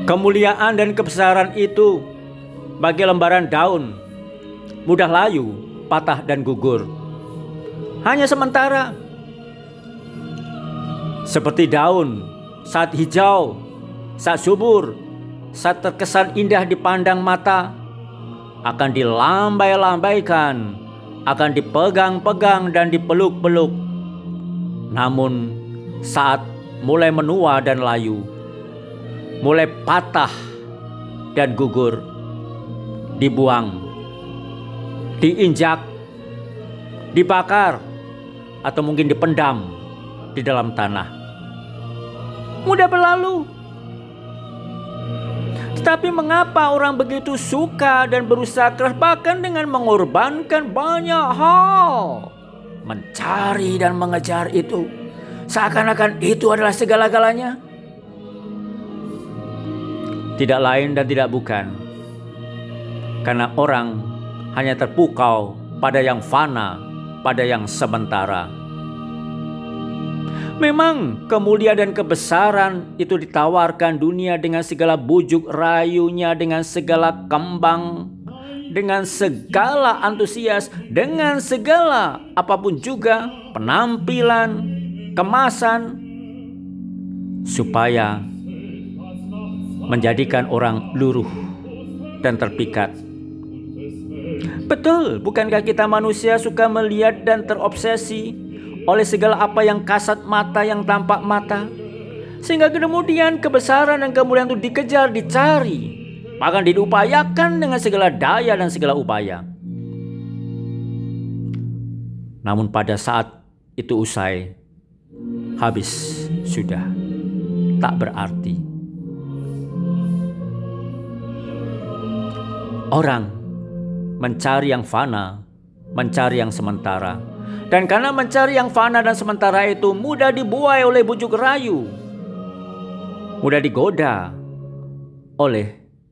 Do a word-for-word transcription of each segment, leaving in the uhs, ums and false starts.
Kemuliaan dan kebesaran itu bagi lembaran daun, mudah layu, patah dan gugur. Hanya sementara. Seperti daun saat hijau, saat subur, saat terkesan indah dipandang mata, akan dilambai-lambaikan, akan dipegang-pegang dan dipeluk-peluk. Namun saat mulai menua dan layu, mulai patah dan gugur, dibuang, diinjak, dibakar, atau mungkin dipendam di dalam tanah. Mudah berlalu. Tetapi mengapa orang begitu suka dan berusaha keras, bahkan dengan mengorbankan banyak hal, mencari dan mengejar itu, seakan-akan itu adalah segala-galanya? Tidak lain dan tidak bukan karena orang hanya terpukau pada yang fana, pada yang sementara. Memang kemuliaan dan kebesaran itu ditawarkan dunia dengan segala bujuk rayunya, dengan segala kembang, dengan segala antusias, dengan segala apapun juga penampilan, kemasan, supaya menjadikan orang luruh dan terpikat. Betul, bukankah kita manusia suka melihat dan terobsesi oleh segala apa yang kasat mata, yang tampak mata, sehingga kemudian kebesaran dan kemuliaan itu dikejar, dicari, bahkan diupayakan dengan segala daya dan segala upaya. Namun pada saat itu usai, habis sudah, tak berarti. Orang mencari yang fana, mencari yang sementara. Dan karena mencari yang fana dan sementara itu mudah dibuai oleh bujuk rayu, mudah digoda oleh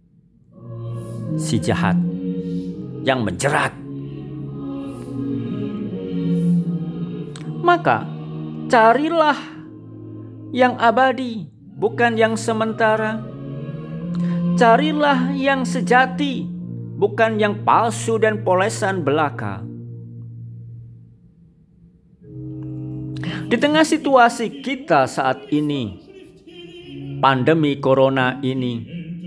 si jahat yang menjerat. Maka carilah yang abadi, bukan yang sementara. Carilah yang sejati, bukan yang palsu dan polesan belaka. Di tengah situasi kita saat ini, pandemi corona ini,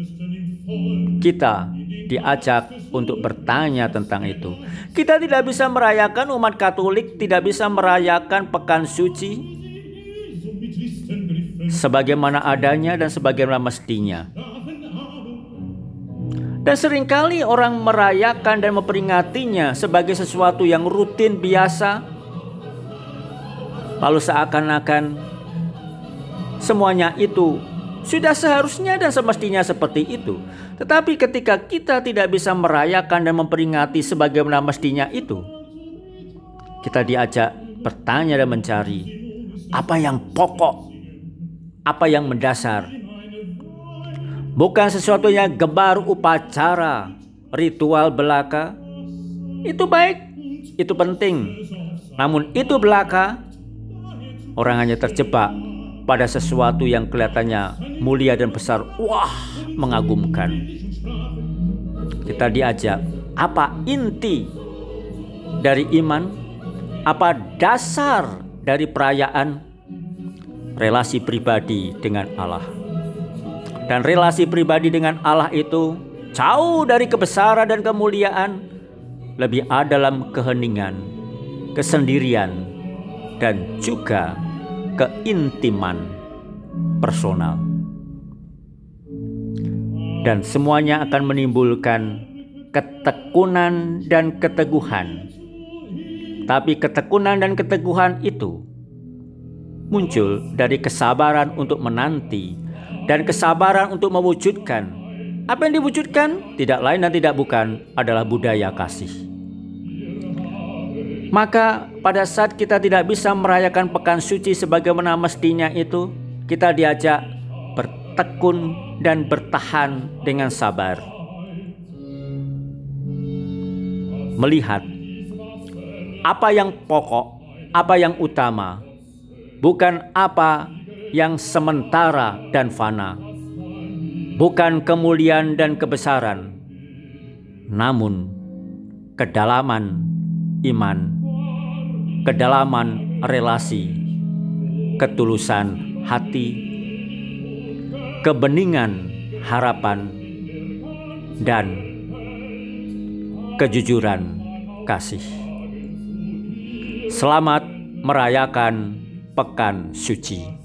kita diajak untuk bertanya tentang itu. Kita tidak bisa merayakan, umat Katolik tidak bisa merayakan pekan suci sebagaimana adanya dan sebagaimana mestinya. Dan seringkali orang merayakan dan memperingatinya sebagai sesuatu yang rutin biasa, lalu seakan-akan semuanya itu sudah seharusnya dan semestinya seperti itu. Tetapi ketika kita tidak bisa merayakan dan memperingati sebagaimana mestinya itu, kita diajak bertanya dan mencari apa yang pokok, apa yang mendasar. Bukan sesuatu yang gebar upacara, ritual belaka. Itu baik, itu penting. Namun itu belaka, orang hanya terjebak pada sesuatu yang kelihatannya mulia dan besar. Wah, mengagumkan. Kita diajak, apa inti dari iman? Apa dasar dari perayaan? Relasi pribadi dengan Allah. Dan relasi pribadi dengan Allah itu jauh dari kebesaran dan kemuliaan, lebih ada dalam keheningan, kesendirian, dan juga keintiman personal. Dan semuanya akan menimbulkan ketekunan dan keteguhan. Tapi ketekunan dan keteguhan itu muncul dari kesabaran untuk menanti dan kesabaran untuk mewujudkan. Apa yang diwujudkan tidak lain dan tidak bukan adalah budaya kasih. Maka pada saat kita tidak bisa merayakan pekan suci sebagaimana mestinya itu, kita diajak bertekun dan bertahan dengan sabar. Melihat apa yang pokok, apa yang utama, bukan apa yang sementara dan fana. bukan kemuliaan dan kebesaran, namun kedalaman iman, kedalaman relasi, ketulusan hati, kebeningan harapan, dan kejujuran kasih. Selamat merayakan Pekan Suci.